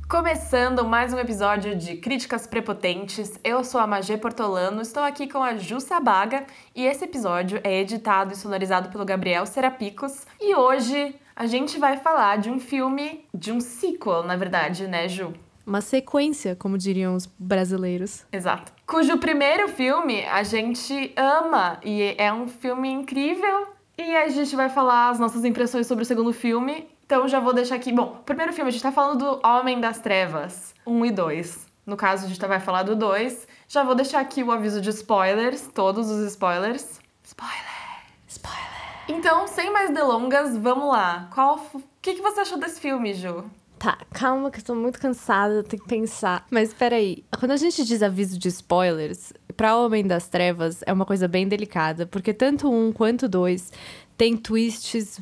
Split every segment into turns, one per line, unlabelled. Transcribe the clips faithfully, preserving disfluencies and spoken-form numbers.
Começando mais um episódio de Críticas Prepotentes, eu sou a Magê Portolano, estou aqui com a Ju Sabaga e esse episódio é editado e sonorizado pelo Gabriel Serapicos e hoje a gente vai falar de um filme, de um sequel, na verdade, né, Ju?
Uma sequência, como diriam os brasileiros.
Exato. Cujo primeiro filme a gente ama e é um filme incrível e a gente vai falar as nossas impressões sobre o segundo filme. Então já vou deixar aqui... Bom, o primeiro filme a gente tá falando do Homem das Trevas, um e dois. No caso, a gente vai falar do dois. Já vou deixar aqui o aviso de spoilers, todos os spoilers. Spoiler!
Spoiler!
Então, sem mais delongas, vamos lá. Qual... O que, que você achou desse filme, Ju?
Tá, calma que eu tô muito cansada, tenho que pensar. Mas peraí, quando a gente diz aviso de spoilers, pra Homem das Trevas é uma coisa bem delicada, porque tanto um quanto dois tem twists...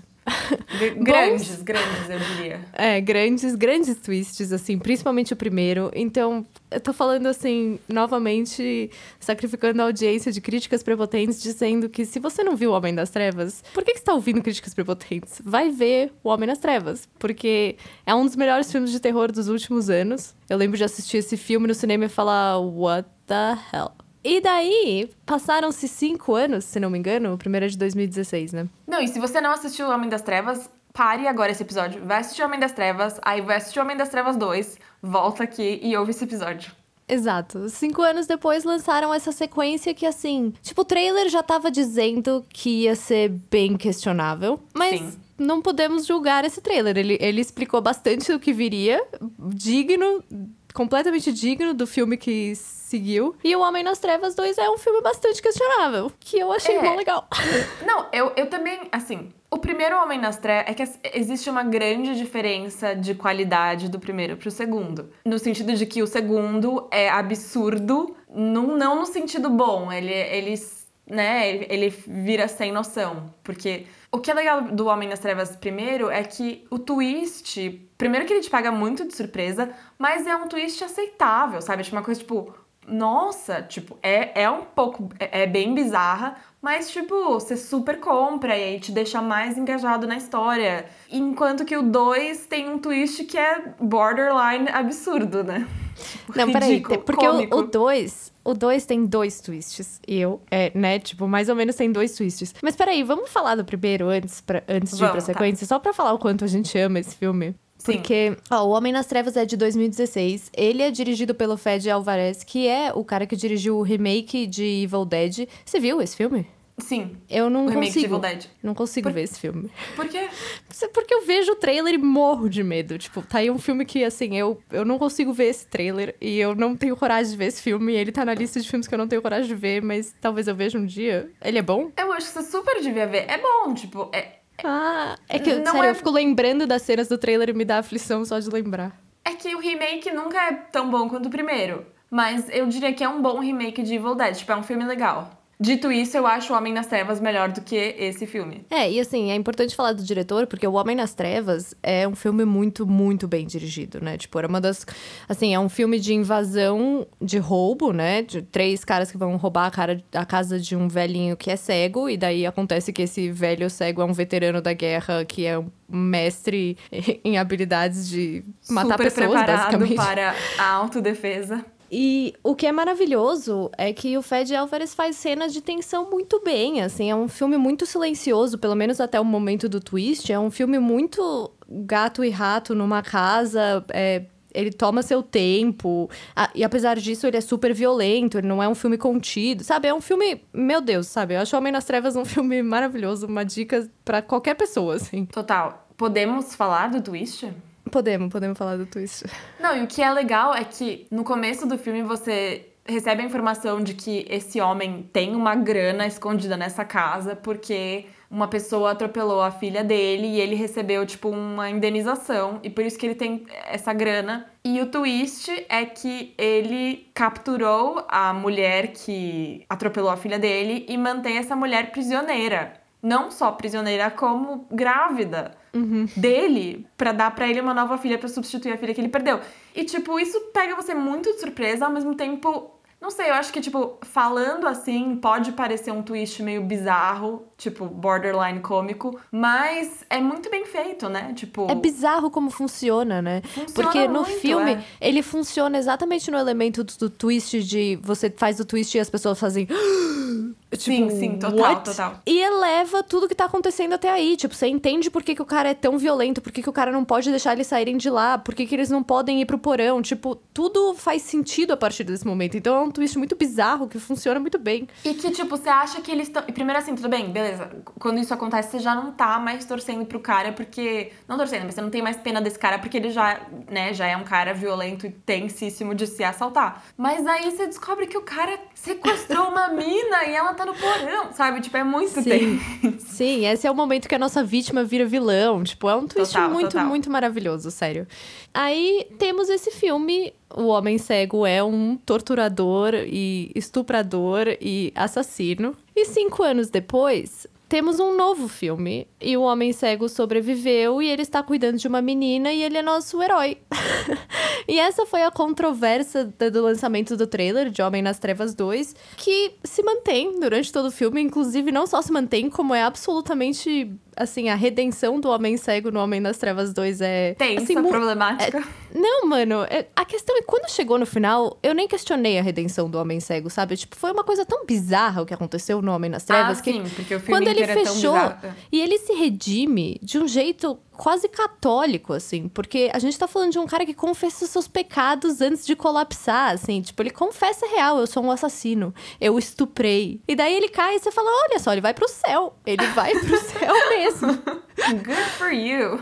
Grandes,
Bons.
grandes, eu diria.
É, grandes, grandes twists, assim, principalmente o primeiro. Então, eu tô falando, assim, novamente, sacrificando a audiência de Críticas Prepotentes, dizendo que se você não viu o Homem das Trevas, por que, que você tá ouvindo Críticas Prepotentes? Vai ver o Homem das Trevas, porque é um dos melhores filmes de terror dos últimos anos. Eu lembro de assistir esse filme no cinema e falar, what the hell? E daí, passaram-se cinco anos, se não me engano, o primeiro é de dois mil e dezesseis, né?
Não, e se você não assistiu o Homem das Trevas, pare agora esse episódio. Vai assistir o Homem das Trevas, aí vai assistir o Homem das Trevas dois, volta aqui e ouve esse episódio.
Exato. Cinco anos depois lançaram essa sequência que, assim... Tipo, o trailer já tava dizendo que ia ser bem questionável, mas...
Sim.
Não podemos julgar esse trailer. Ele, ele explicou bastante do que viria, digno, completamente digno do filme que seguiu. E O Homem nas Trevas dois é um filme bastante questionável, que eu achei
É.
bom legal.
Não, eu, eu também, assim, o primeiro Homem nas Trevas é que existe uma grande diferença de qualidade do primeiro pro segundo. No sentido de que o segundo é absurdo, não, não no sentido bom, ele, ele, né, ele, ele vira sem noção. Porque o que é legal do Homem nas Trevas primeiro é que o twist, primeiro que ele te pega muito de surpresa, mas é um twist aceitável, sabe? Tipo, uma coisa tipo... Nossa, tipo, é, é um pouco... É, é bem bizarra, mas, tipo, você super compra e aí te deixa mais engajado na história. Enquanto que o dois tem um twist que é borderline absurdo, né?
Não, peraí,
Ridículo,
porque
cômico.
o dois... O dois tem dois twists. E eu, é, né, tipo, mais ou menos tem dois twists. Mas peraí, vamos falar do primeiro antes, pra, antes de ir pra
Vamos, tá.
sequência? Só pra falar o quanto a gente ama esse filme.
Sim.
Porque, ó, O Homem nas Trevas é de dois mil e dezesseis. Ele é dirigido pelo Fede Alvarez, que é o cara que dirigiu o remake de Evil Dead. Você viu esse filme?
Sim,
Eu não
o remake de
consigo.
Evil Dead.
Não consigo
Por-
ver esse filme.
Por quê?
Isso é porque eu vejo o trailer e morro de medo. Tipo, tá aí um filme que, assim, eu, eu não consigo ver esse trailer. E eu não tenho coragem de ver esse filme. E ele tá na lista de filmes que eu não tenho coragem de ver, mas talvez eu veja um dia. Ele é bom?
Eu acho que você super devia ver. É bom, tipo, é,
Ah, é que,
Não
sério,
é-
eu fico lembrando das cenas do trailer e me dá aflição só de lembrar.
é que o remake nunca é tão bom quanto o primeiro. Mas eu diria que é um bom remake de Evil Dead. Tipo, é um filme legal. Dito isso, eu acho O Homem nas Trevas melhor do que esse filme.
É, e assim, é importante falar do diretor, porque O Homem nas Trevas é um filme muito, muito bem dirigido, né? Tipo, era uma das... Assim, é um filme de invasão, de roubo, né? De três caras que vão roubar a, cara, a casa de um velhinho que é cego, e daí acontece que esse velho cego é um veterano da guerra, que é um mestre em habilidades de matar
super
pessoas,
preparado
basicamente.
para a autodefesa.
E o que é maravilhoso é que o Fede Alvarez faz cenas de tensão muito bem, assim, é um filme muito silencioso, pelo menos até o momento do twist, é um filme muito gato e rato numa casa, é, ele toma seu tempo, a- e apesar disso ele é super violento, ele não é um filme contido, sabe, é um filme, meu Deus, sabe, eu acho Homem nas Trevas um filme maravilhoso, uma dica pra qualquer pessoa, assim.
Total. Podemos falar do twist?
Podemos, podemos falar do twist.
Não, e o que é legal é que no começo do filme você recebe a informação de que esse homem tem uma grana escondida nessa casa porque uma pessoa atropelou a filha dele e ele recebeu, tipo, uma indenização. E por isso que ele tem essa grana. E o twist é que ele capturou a mulher que atropelou a filha dele e mantém essa mulher prisioneira. Não só prisioneira, como grávida.
Uhum.
Dele, pra dar pra ele uma nova filha pra substituir a filha que ele perdeu. E, tipo, isso pega você muito de surpresa, ao mesmo tempo Não sei, eu acho que, tipo, falando assim, pode parecer um twist meio bizarro, tipo, borderline cômico, mas é muito bem feito, né? Tipo...
É bizarro como funciona, né?
Funciona
Porque no
muito,
filme,
é.
ele funciona exatamente no elemento do, do twist de... Você faz o twist e as pessoas fazem...
Sim,
tipo,
sim, total,
what?
total.
E eleva tudo que tá acontecendo até aí. Tipo, você entende por que, que o cara é tão violento, por que, que o cara não pode deixar eles saírem de lá, por que, que eles não podem ir pro porão. Tipo, tudo faz sentido a partir desse momento. Então é um twist muito bizarro que funciona muito bem.
E que, tipo, você acha que eles estão... Primeiro assim, tudo bem, beleza. Quando isso acontece, você já não tá mais torcendo pro cara, porque... Não torcendo, mas você não tem mais pena desse cara, porque ele já, né, já é um cara violento e tensíssimo de se assaltar. Mas aí você descobre que o cara sequestrou uma mina e ela tá no porão, sabe? Tipo, é muito
Sim.
tenso.
Sim, esse é o momento que a nossa vítima vira vilão. Tipo, é um twist
Total,
muito,
total.
muito maravilhoso, sério. Aí temos esse filme. O Homem Cego é um torturador e estuprador e assassino. E cinco anos depois, temos um novo filme. E o Homem Cego sobreviveu e ele está cuidando de uma menina e ele é nosso herói. E essa foi a controvérsia do lançamento do trailer de Homem nas Trevas dois, que se mantém durante todo o filme. Inclusive, não só se mantém, como é absolutamente... Assim, a redenção do Homem Cego no Homem das Trevas dois é...
Tensa,
assim, mu-
problemática.
é- Não, mano, é- a questão é, quando chegou no final, eu nem questionei a redenção do Homem Cego, sabe? Tipo, foi uma coisa tão bizarra o que aconteceu no Homem nas Trevas,
Ah,
que
sim, porque o filme
quando ele
inteiro é tão
fechou
bizarro.
e ele se redime de um jeito quase católico, assim, porque a gente tá falando de um cara que confessa seus pecados antes de colapsar, assim, tipo, ele confessa real, eu sou um assassino, eu estuprei. E daí ele cai e você fala, olha só, ele vai pro céu, ele vai pro céu mesmo.
Good for you.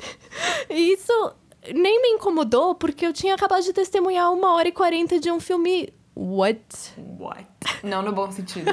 E isso nem me incomodou, porque eu tinha acabado de testemunhar uma hora e quarenta de um filme... What?
What? Não no bom sentido.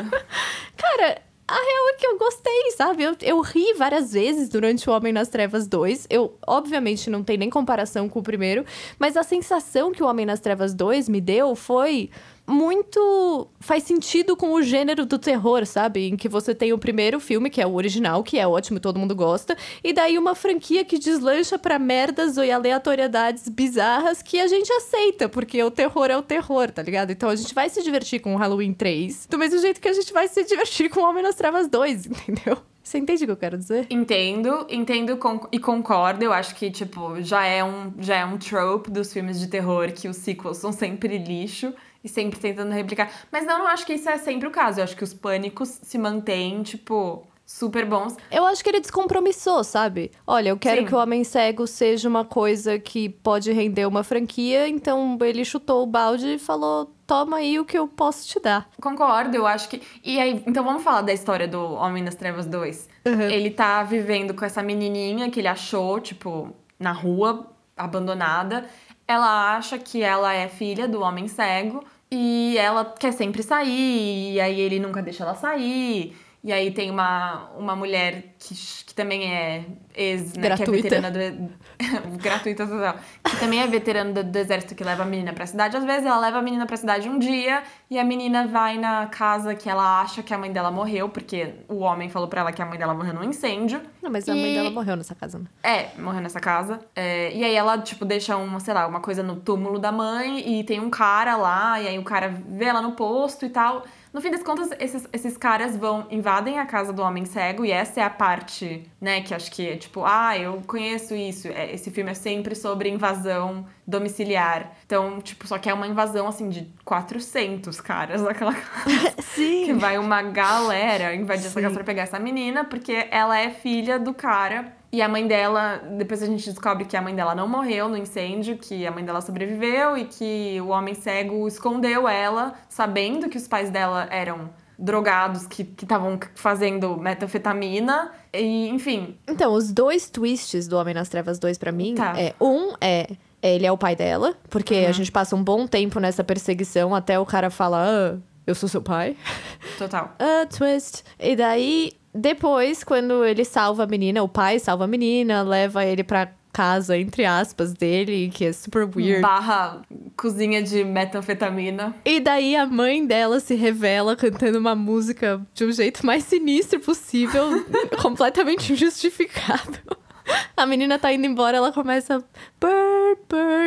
Cara, a real é que eu gostei, sabe? Eu, eu ri várias vezes durante o Homem nas Trevas dois. Eu, obviamente, não tem nem comparação com o primeiro. Mas a sensação que o Homem nas Trevas dois me deu foi... muito... faz sentido com o gênero do terror, sabe? Em que você tem o primeiro filme, que é o original, que é ótimo, todo mundo gosta. E daí uma franquia que deslancha pra merdas e aleatoriedades bizarras que a gente aceita, porque o terror é o terror, tá ligado? Então a gente vai se divertir com o Halloween três, do mesmo jeito que a gente vai se divertir com o Homem nas Trevas dois, entendeu? Você entende o que eu quero dizer?
Entendo, entendo con- e concordo. Eu acho que, tipo, já é, um, já é um trope dos filmes de terror que os sequels são sempre lixo e sempre tentando replicar. Mas não, não acho que isso é sempre o caso. Eu acho que os pânicos se mantêm, tipo, super bons.
Eu acho que ele descompromissou, sabe? Olha, eu quero
Sim.
que o Homem Cego seja uma coisa que pode render uma franquia, então ele chutou o balde e falou... Toma aí o que eu posso te dar.
Concordo, eu acho que... E aí, então vamos falar da história do Homem das Trevas dois.
Uhum.
Ele tá vivendo com essa menininha que ele achou, tipo, na rua, abandonada. Ela acha que ela é filha do Homem Cego e ela quer sempre sair, e aí ele nunca deixa ela sair. E aí tem uma, uma mulher que, que também é ex, né?
Gratuita.
Que é veterana do... Gratuita total. Que também é veterana do, do exército, que leva a menina pra cidade. Às vezes ela leva a menina pra cidade um dia e a menina vai na casa que ela acha que a mãe dela morreu, porque o homem falou pra ela que a mãe dela morreu num incêndio.
Não, mas a
E-
mãe dela morreu nessa casa, né?
É, morreu nessa casa. É, e aí ela, tipo, deixa uma, sei lá, uma coisa no túmulo da mãe e tem um cara lá, e aí o cara vê ela no posto e tal. No fim das contas, esses, esses caras vão, invadem a casa do Homem Cego, e essa é a parte, né, que acho que é tipo, ah, eu conheço isso. É, esse filme é sempre sobre invasão domiciliar. Então, tipo, só que é uma invasão, assim, de quatrocentos caras naquela casa.
Sim.
Que vai uma galera invadir essa
Sim.
casa pra pegar essa menina, porque ela é filha do cara. E a mãe dela, depois a gente descobre que a mãe dela não morreu no incêndio, que a mãe dela sobreviveu e que o Homem Cego escondeu ela, sabendo que os pais dela eram drogados, que estavam fazendo metanfetamina. E, enfim,
Então, os dois twists do Homem nas Trevas dois pra mim
Tá.
é... Um é... Ele é o pai dela, porque
Uhum.
a gente passa um bom tempo nessa perseguição até o cara falar... Ah, eu sou seu pai.
total.
Ah, twist. E daí, depois, quando ele salva a menina, o pai salva a menina, leva ele pra casa, entre aspas, dele, que é super weird.
Barra cozinha de metanfetamina.
E daí a mãe dela se revela cantando uma música de um jeito mais sinistro possível, completamente injustificado. A menina tá indo embora, ela começa... Bird, bird.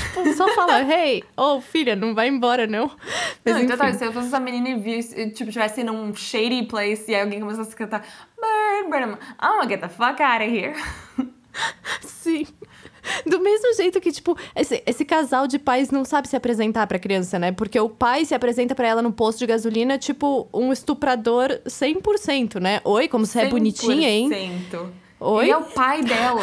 Tipo, só fala, hey, ô oh, filha, não vai embora, não. Mas,
não, então tá,
enfim.
se eu fosse essa menina e visse, tipo, tivesse num shady place e aí alguém começasse a cantar Burn, burn, I'm gonna get the fuck out of here.
Sim. Do mesmo jeito que, tipo, esse, esse casal de pais não sabe se apresentar pra criança, né? Porque o pai se apresenta pra ela no posto de gasolina, tipo, um estuprador cem por cento, né? Oi, como você é bonitinha, hein?
cem por cento.
Oi?
E é o pai dela.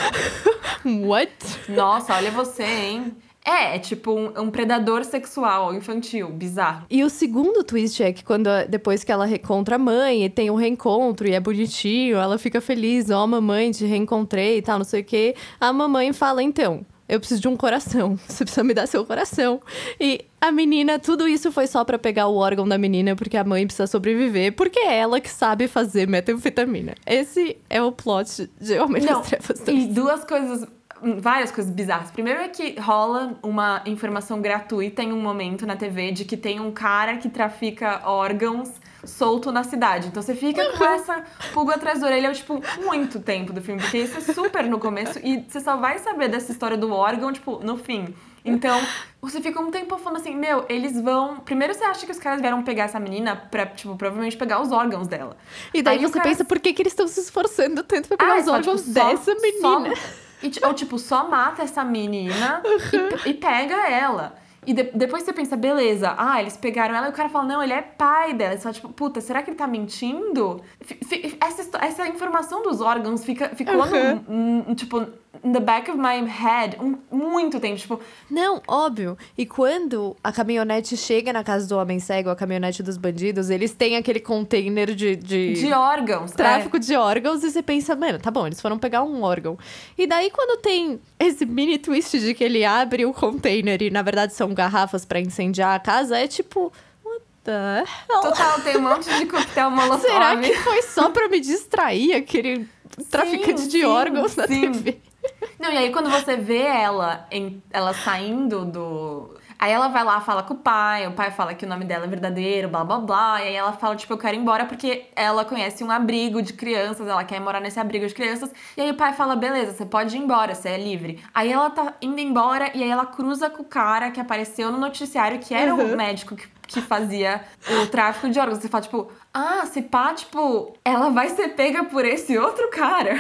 What?
Nossa, olha você, hein? É, é tipo um, um predador sexual infantil, bizarro.
E o segundo twist é que quando, depois que ela reencontra a mãe e tem um reencontro e é bonitinho, ela fica feliz, ó, oh, mamãe, te reencontrei e tal, não sei o quê. A mamãe fala, então, eu preciso de um coração, você precisa me dar seu coração. E a menina, tudo isso foi só pra pegar o órgão da menina, porque a mãe precisa sobreviver, porque é ela que sabe fazer metanfetamina. Esse é o plot de Homem das Trevas dois.
E duas coisas... Várias coisas bizarras. Primeiro é que rola uma informação gratuita em um momento na T V de que tem um cara que trafica órgãos solto na cidade. Então você fica com essa pulga atrás da orelha, tipo, muito tempo do filme. Porque isso é super no começo e você só vai saber dessa história do órgão, tipo, no fim. Então, você fica um tempo falando assim, meu, eles vão... Primeiro você acha que os caras vieram pegar essa menina pra, tipo, provavelmente pegar os órgãos dela.
E daí
Aí
você
cara...
pensa, por que, que eles estão se esforçando tanto pra pegar
ah,
os órgãos tipo, dessa
só,
menina?
Só... E, ou, tipo, só mata essa menina e, e pega ela. E de, depois você pensa, beleza, ah, eles pegaram ela e o cara fala, não, ele é pai dela. Você fala, tipo, puta, será que ele tá mentindo? F, f, essa, essa informação dos órgãos fica, ficou,
uhum.
no, no, tipo, in the back of my head um, muito tempo, tipo...
Não, óbvio. E quando a caminhonete chega na casa do homem cego, a caminhonete dos bandidos, eles têm aquele container de... De,
de órgãos.
Tráfico
é.
de órgãos e você pensa, mano, tá bom, eles foram pegar um órgão. E daí quando tem esse mini twist de que ele abre o container e na verdade são garrafas pra incendiar a casa, é tipo... What the hell?
Total, tem um monte de coquetel molotov.
Será que foi só pra me distrair aquele traficante
sim,
de
sim,
órgãos na
sim.
T V?
Não, e aí quando você vê ela, em, ela saindo do... Aí ela vai lá, fala com o pai, o pai fala que o nome dela é verdadeiro, blá, blá, blá. E aí ela fala, tipo, eu quero ir embora porque ela conhece um abrigo de crianças, ela quer morar nesse abrigo de crianças. E aí o pai fala, beleza, você pode ir embora, você é livre. Aí ela tá indo embora e aí ela cruza com o cara que apareceu no noticiário, que era
uhum.
o médico que, que fazia o tráfico de órgãos. Você fala, tipo, ah, se pá, tipo, ela vai ser pega por esse outro cara.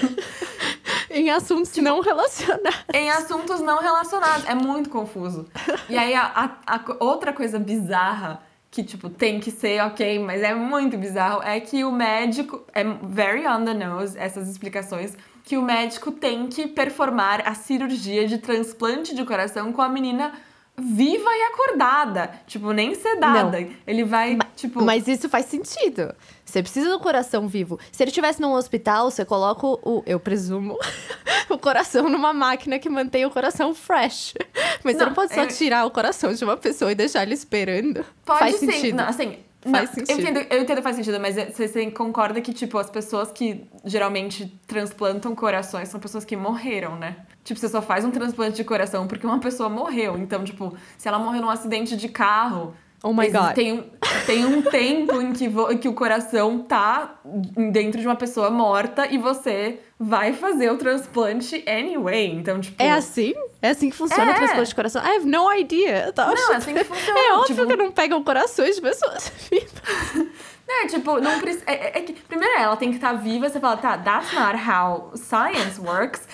Em assuntos tipo, não relacionados.
Em assuntos não relacionados. É muito confuso. E aí, a, a, a outra coisa bizarra, que, tipo, tem que ser ok, mas é muito bizarro, é que o médico... É very on the nose, essas explicações. Que o médico tem que performar a cirurgia de transplante de coração com a menina viva e acordada. Tipo, nem sedada. Não. Ele vai,
Ma-
tipo...
Mas isso faz sentido. Você precisa do coração vivo. Se ele estivesse num hospital, você coloca o, eu presumo, o coração numa máquina que mantém o coração fresh. Mas não, você não pode só eu... tirar o coração de uma pessoa e deixar ele esperando.
Pode
faz
ser.
sentido.
Não, assim,
faz
não,
sentido.
Eu entendo, eu entendo faz sentido, mas você, você concorda que, tipo, as pessoas que geralmente transplantam corações são pessoas que morreram, né? Tipo, você só faz um transplante de coração porque uma pessoa morreu. Então, tipo, se ela morreu num acidente de carro...
Oh my God.
Tem, tem um tempo em que, vo, que o coração tá dentro de uma pessoa morta e você vai fazer o transplante anyway. Então, tipo...
É assim? É assim que funciona
é.
o transplante de coração? I have no idea. Eu tava
não,
achando...
é assim que funciona.
É óbvio
tipo...
que não pegam corações de pessoas vivas.
É, tipo, não precisa... É, é que, primeiro, ela tem que estar tá viva. Você fala, tá, that's not how science works.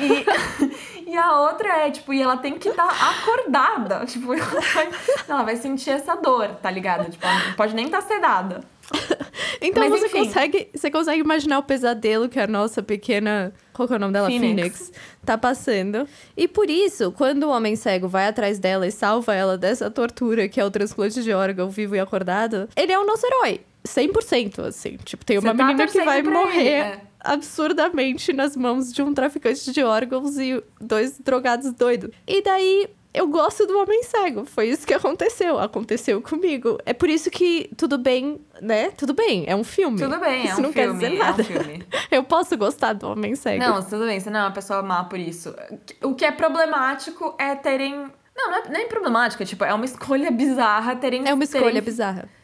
E, e a outra é, tipo, e ela tem que estar tá acordada. Tipo, ela vai, ela vai sentir essa dor, tá ligado? Tipo, ela não pode nem estar tá sedada.
Então
Mas,
você
enfim.
consegue, você consegue imaginar o pesadelo que a nossa pequena... Qual que é o nome dela?
Phoenix.
Phoenix. Tá passando. E por isso, quando o homem cego vai atrás dela e salva ela dessa tortura, que é o transplante de órgão vivo e acordado, ele é o nosso herói. cem por cento, assim. Tipo, tem uma
Você tá
menina que vai morrer
ele, é.
absurdamente nas mãos de um traficante de órgãos e dois drogados doidos. E daí... Eu gosto do homem cego. Foi isso que aconteceu. Aconteceu comigo. É por isso que tudo bem, né? Tudo bem, é um filme.
Tudo bem,
isso
é um
não
filme.
Quer dizer nada.
É um filme.
Eu posso gostar do homem cego.
Não, tudo bem. Você não é uma pessoa má por isso. O que é problemático é terem... Não, não é nem problemático. É, tipo, é uma escolha bizarra terem...
É uma escolha
terem...
bizarra.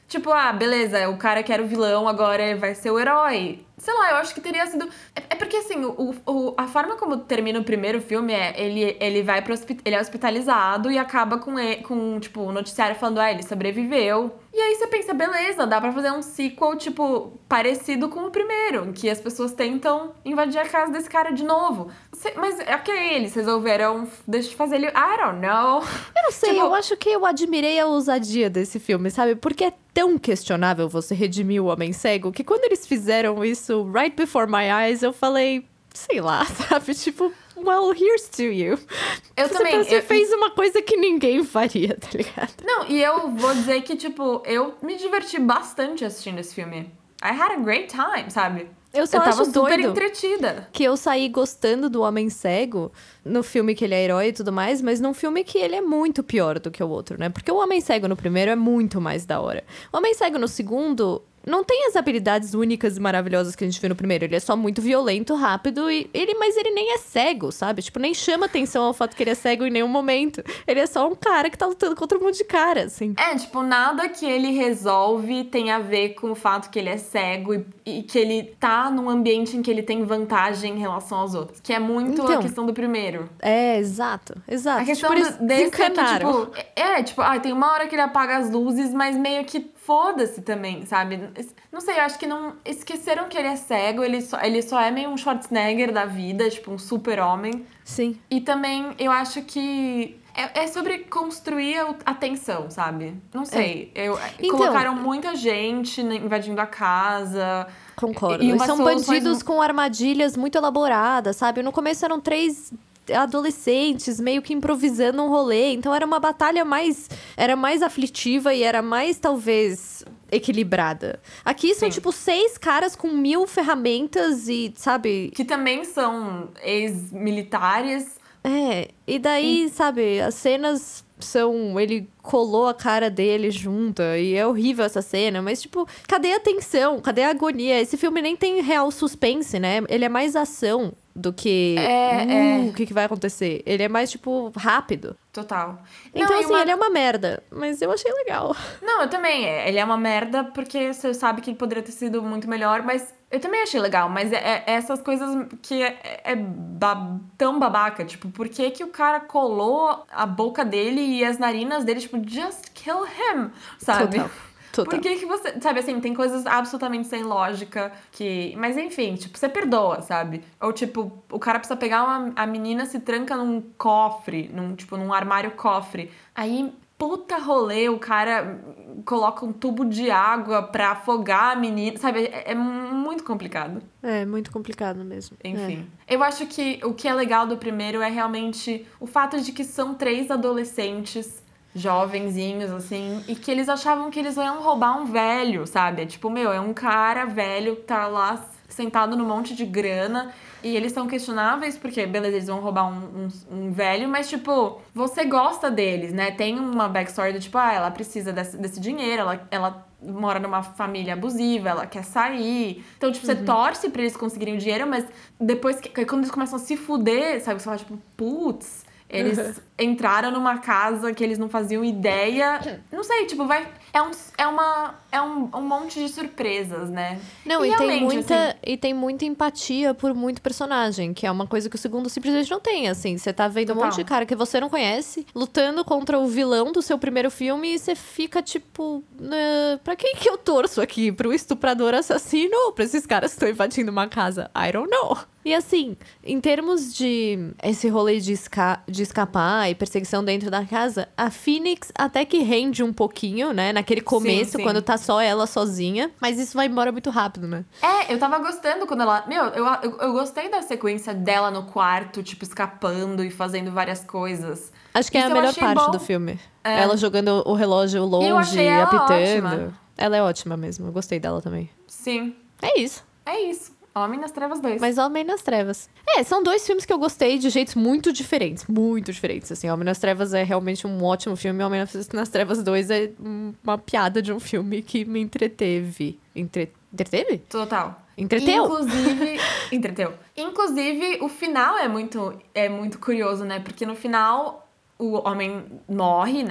Tipo, ah, beleza, o cara que era o vilão agora vai ser o herói. Sei lá, eu acho que teria sido... É, é porque, assim, o, o, a forma como termina o primeiro filme é... Ele, ele vai pro hospi... Ele é hospitalizado e acaba com, ele, com, tipo, o noticiário falando, ah, ele sobreviveu. E aí você pensa, beleza, dá pra fazer um sequel, tipo, parecido com o primeiro. Em que as pessoas tentam invadir a casa desse cara de novo. Mas, ok, eles resolveram... Deixa eu fazer ele... I don't know.
Eu não sei,
Tipo-
eu acho que eu admirei a ousadia desse filme, sabe? Porque é tão questionável você redimir o Homem Cego, que quando eles fizeram isso right before my eyes, eu falei, sei lá, sabe? Tipo, well, here's to you.
Eu
você
também,
Você
eu-
fez uma coisa que ninguém faria, tá ligado?
Não, e eu vou dizer que, tipo, eu me diverti bastante assistindo esse filme. I had a great time, sabe?
Eu só
eu tava
acho
super
doido
entretida.
que eu saí gostando do Homem Cego no filme que ele é herói e tudo mais, mas num filme que ele é muito pior do que o outro, né? Porque o Homem Cego no primeiro é muito mais da hora. O Homem Cego no segundo não tem as habilidades únicas e maravilhosas que a gente viu no primeiro. Ele é só muito violento, rápido, e ele, mas ele nem é cego, sabe? Tipo, nem chama atenção ao fato que ele é cego em nenhum momento. Ele é só um cara que tá lutando contra um monte de cara, assim.
É, tipo, nada que ele resolve tem a ver com o fato que ele é cego e, e que ele tá num ambiente em que ele tem vantagem em relação aos outros. Que é muito
Então.
a questão do primeiro.
É, exato, exato.
A questão
tipo, eles
do- desse é que,
desencanaram.
tipo... É, tipo, ah, tem uma hora que ele apaga as luzes, mas meio que foda-se também, sabe? Não sei, eu acho que não... Esqueceram que ele é cego, ele só, ele só é meio um Schwarzenegger da vida, tipo, um super-homem.
Sim.
E também, eu acho que... É, é sobre construir a a tensão, sabe? Não sei. Eu,
Então-
colocaram muita gente né, invadindo a casa.
Concordo.
E
E
umas
são
soluções
bandidos
mu-
com armadilhas muito elaboradas, sabe? No começo eram três adolescentes meio que improvisando um rolê, então era uma batalha mais era mais aflitiva e era mais talvez equilibrada. Aqui são
Sim.
tipo seis caras com mil ferramentas e sabe.
Que também são ex-militares.
É, e daí, sabe, as cenas são... Ele colou a cara dele junta e é horrível essa cena, mas, tipo, cadê a tensão? Cadê a agonia? Esse filme nem tem real suspense, né? Ele é mais ação do que...
É,
uh,
é.
o que, que vai acontecer? Ele é mais, tipo, rápido.
Total.
Então,
Não, e
assim,
uma-
ele é uma merda, mas eu achei legal.
Não, eu também. Ele é uma merda porque você sabe que ele poderia ter sido muito melhor, mas eu também achei legal. Mas é, é essas coisas que é, é ba- tão babaca. Tipo, por que que o cara colou a boca dele e as narinas dele? Tipo, just kill him, sabe?
Total. Total.
Por que que você... Sabe, assim, tem coisas absolutamente sem lógica que... Mas, enfim, tipo, você perdoa, sabe? Ou, tipo, o cara precisa pegar uma... A menina se tranca num cofre, num, tipo, num armário-cofre. Aí, puta rolê, o cara coloca um tubo de água pra afogar a menina. Sabe, é, é muito complicado.
É, muito complicado mesmo.
Enfim. Eu acho que o que é legal do primeiro é realmente o fato de que são três adolescentes jovenzinhos, assim, e que eles achavam que eles iam roubar um velho, sabe? É tipo, meu, é um cara velho que tá lá sentado num monte de grana e eles são questionáveis porque, beleza, eles vão roubar um, um, um velho, mas, tipo, você gosta deles, né? Tem uma backstory do tipo, ah, ela precisa desse, desse dinheiro, ela, ela mora numa família abusiva, ela quer sair. Então, tipo, você torce pra eles conseguirem o dinheiro, mas depois, que, quando eles começam a se fuder, sabe? Você fala, tipo, putz... Eles entraram numa casa que eles não faziam ideia. Não sei, tipo, vai. É, um, é, uma, é um, um monte de surpresas, né?
Não,
E
e, tem
realmente,
muita,
assim-
e tem muita empatia por muito personagem, que é uma coisa que o segundo simplesmente não tem, assim. Você tá vendo um
Total.
monte de cara que você não conhece, lutando contra o vilão do seu primeiro filme, e você fica tipo, "Né, pra quem que eu torço aqui? Pro estuprador assassino ou pra esses caras que estão invadindo uma casa? I don't know." E assim, em termos de esse rolê de, esca de escapar e perseguição dentro da casa, a Phoenix até que rende um pouquinho, né? Naquele começo,
sim.
quando tá só ela sozinha. Mas isso vai embora muito rápido, né?
É, eu tava gostando quando ela. Meu, eu, eu, eu gostei da sequência dela no quarto, tipo, escapando e fazendo várias coisas.
Acho que é
Isso
a
eu
melhor
achei
parte
bom.
do filme.
É.
Ela jogando o relógio longe,
eu achei ela
apitando.
ótima.
Ela é ótima mesmo. Eu gostei dela também.
Sim.
É isso.
É isso. Homem nas Trevas dois.
Mas Homem nas Trevas. É, são dois filmes que eu gostei de jeitos muito diferentes. Muito diferentes, assim. Homem nas Trevas é realmente um ótimo filme. Homem nas Trevas dois é uma piada de um filme que me entreteve. Entre... Entreteve?
Total.
Entreteu?
Inclusive, entreteu. Inclusive, o final é muito, é muito curioso, né? Porque no final, o homem morre, né?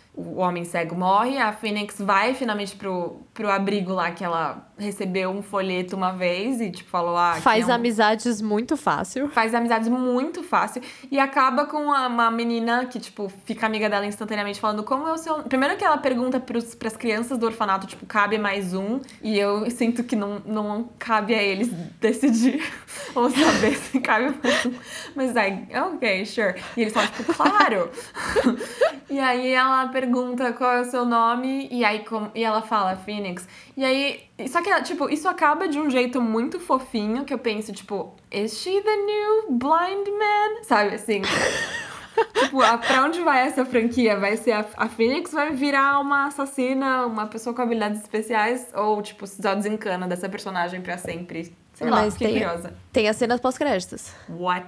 o homem cego morre, a Phoenix vai finalmente pro, pro abrigo lá que ela recebeu um folheto uma vez e, tipo, falou... Ah,
Faz
é um...
amizades muito fácil.
Faz amizades muito fácil. E acaba com uma, uma menina que, tipo, fica amiga dela instantaneamente, falando como é o seu... Primeiro que ela pergunta pros, pras crianças do orfanato, tipo, cabe mais um? E eu sinto que não, não cabe a eles decidir ou saber se cabe mais um. Mas, aí, ok, sure. E eles falam, tipo, claro! E aí ela pergunta qual é o seu nome, e aí com... e ela fala Phoenix. E aí, só que, tipo, isso acaba de um jeito muito fofinho, que eu penso, tipo, is she the new blind man? Sabe, assim... Tipo, a, pra onde vai essa franquia? Vai ser a, a Phoenix vai virar uma assassina, uma pessoa com habilidades especiais? Ou, tipo, só desencana dessa personagem pra sempre? Sei lá,
Mas
fiquei
tem,
curiosa.
tem as cenas pós-créditos.
What?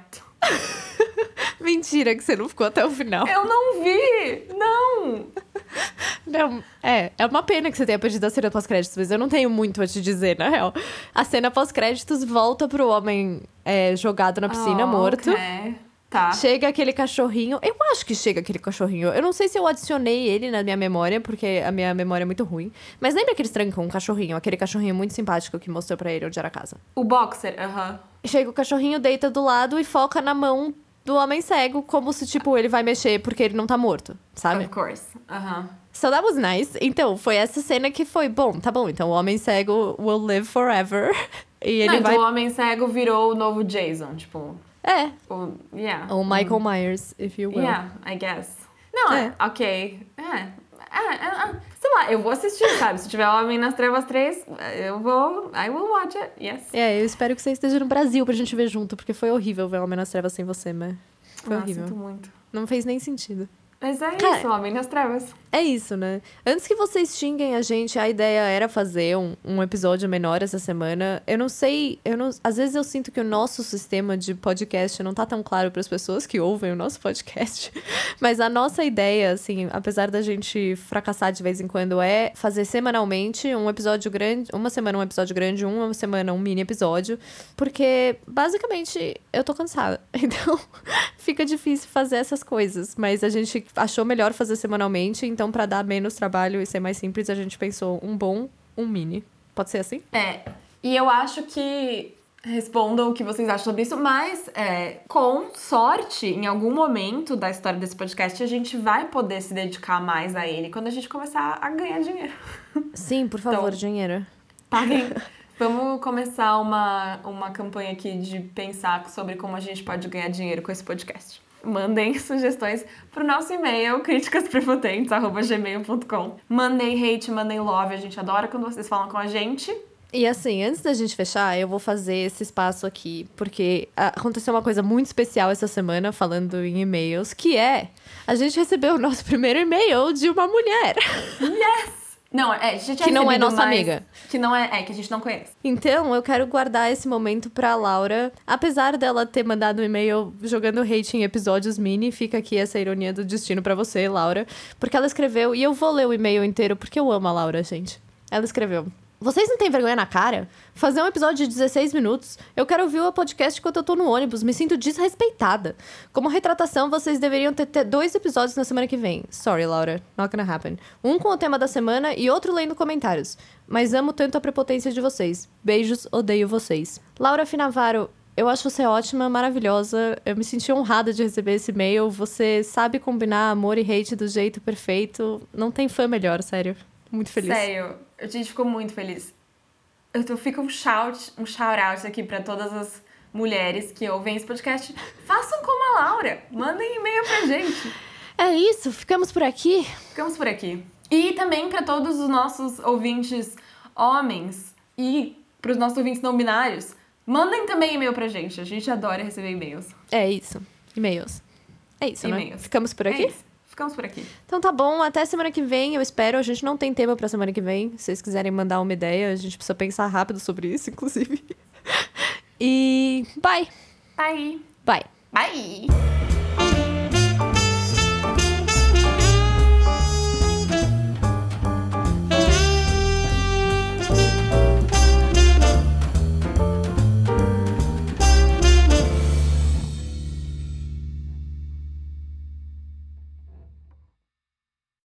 Mentira que você não ficou até o final.
Eu não vi! Não!
Não, é, é uma pena que você tenha perdido a cena pós-créditos, mas eu não tenho muito a te dizer, na real. A cena pós-créditos volta pro homem é, jogado na piscina,
Oh,
morto.
ok. Tá.
Chega aquele cachorrinho. Eu acho que chega aquele cachorrinho. Eu não sei se eu adicionei ele na minha memória, porque a minha memória é muito ruim. Mas lembra que eles trancam um cachorrinho? Aquele cachorrinho muito simpático que mostrou pra ele onde era a casa.
O boxer, aham.
Chega o cachorrinho, deita do lado e foca na mão do homem cego, como se, tipo, ele vai mexer porque ele não tá morto, sabe?
Of course. Aham.
So that was nice. Então, foi essa cena que foi, bom, tá bom, então o homem cego will live forever. E ele
Não,
vai...
então o homem cego virou o novo Jason, tipo...
É.
O, yeah.
Ou Michael Myers, if you will.
Yeah, I guess. Não,
É.
é. ok. É. É, é, é. Sei lá, eu vou assistir, sabe? Se tiver Homem nas Trevas três, eu vou... I will watch it, yes.
É, eu espero que você esteja no Brasil pra gente ver junto, porque foi horrível ver Homem nas Trevas sem você, mas foi
Ah,
horrível.
sinto muito.
Não fez nem sentido.
Mas é
Cara,
isso, Homem nas Trevas.
É isso, né? Antes que vocês xinguem a gente, a ideia era fazer um, um episódio menor essa semana. Eu não sei, eu não, às vezes eu sinto que o nosso sistema de podcast não tá tão claro para as pessoas que ouvem o nosso podcast. Mas a nossa ideia, assim, apesar da gente fracassar de vez em quando, é fazer semanalmente um episódio grande, uma semana um episódio grande, uma semana um mini episódio. Porque, basicamente, eu tô cansada. Então, fica difícil fazer essas coisas. Mas a gente achou melhor fazer semanalmente, então pra dar menos trabalho e ser mais simples, a gente pensou um bom, um mini. Pode ser assim?
É, e eu acho que respondam o que vocês acham sobre isso, mas é, com sorte, em algum momento da história desse podcast, a gente vai poder se dedicar mais a ele quando a gente começar a ganhar dinheiro.
Sim, por favor,
Então,
dinheiro.
Paguem. Vamos começar uma, uma campanha aqui de pensar sobre como a gente pode ganhar dinheiro com esse podcast. Mandem sugestões pro nosso e-mail, críticasprepotentes arroba gmail ponto com. Mandem hate, mandem love, a gente adora quando vocês falam com a gente.
E assim, antes da gente fechar, eu vou fazer esse espaço aqui, porque aconteceu uma coisa muito especial essa semana, falando em e-mails, que é, a gente recebeu o nosso primeiro e-mail de uma mulher.
Yes! Não, é, a gente já
Que não é
recebido
nossa
mais-
amiga.
Que não é, é, que a gente não conhece.
Então, eu quero guardar esse momento pra Laura. Apesar dela ter mandado um e-mail jogando hate em episódios mini, fica aqui essa ironia do destino pra você, Laura. Porque ela escreveu, e eu vou ler o e-mail inteiro, porque eu amo a Laura, gente. Ela escreveu: vocês não têm vergonha na cara? Fazer um episódio de dezesseis minutos? Eu quero ouvir o podcast enquanto eu tô no ônibus. Me sinto desrespeitada. Como retratação, vocês deveriam ter, ter dois episódios na semana que vem. Sorry, Laura. Not gonna happen. Um com o tema da semana e outro lendo comentários. Mas amo tanto a prepotência de vocês. Beijos, odeio vocês. Laura Finavaro, eu acho você ótima, maravilhosa. Eu me senti honrada de receber esse e-mail. Você sabe combinar amor e hate do jeito perfeito. Não tem fã melhor, sério. Muito feliz.
Sério, a gente ficou muito feliz. Eu tô, fica um shout, um shout out aqui pra todas as mulheres que ouvem esse podcast. Façam como a Laura. Mandem e-mail pra gente.
É isso, ficamos por aqui.
Ficamos por aqui. E também pra todos os nossos ouvintes homens e pros nossos ouvintes não binários, mandem também e-mail pra gente. A gente adora receber e-mails.
É isso. E-mails. É isso, né?
E-mails.
Ficamos por aqui?
É isso. Ficamos por aqui.
Então tá bom, até semana que vem, eu espero. A gente não tem tema pra semana que vem. Se vocês quiserem mandar uma ideia, a gente precisa pensar rápido sobre isso, inclusive. E bye.
Bye.
Bye.
Bye.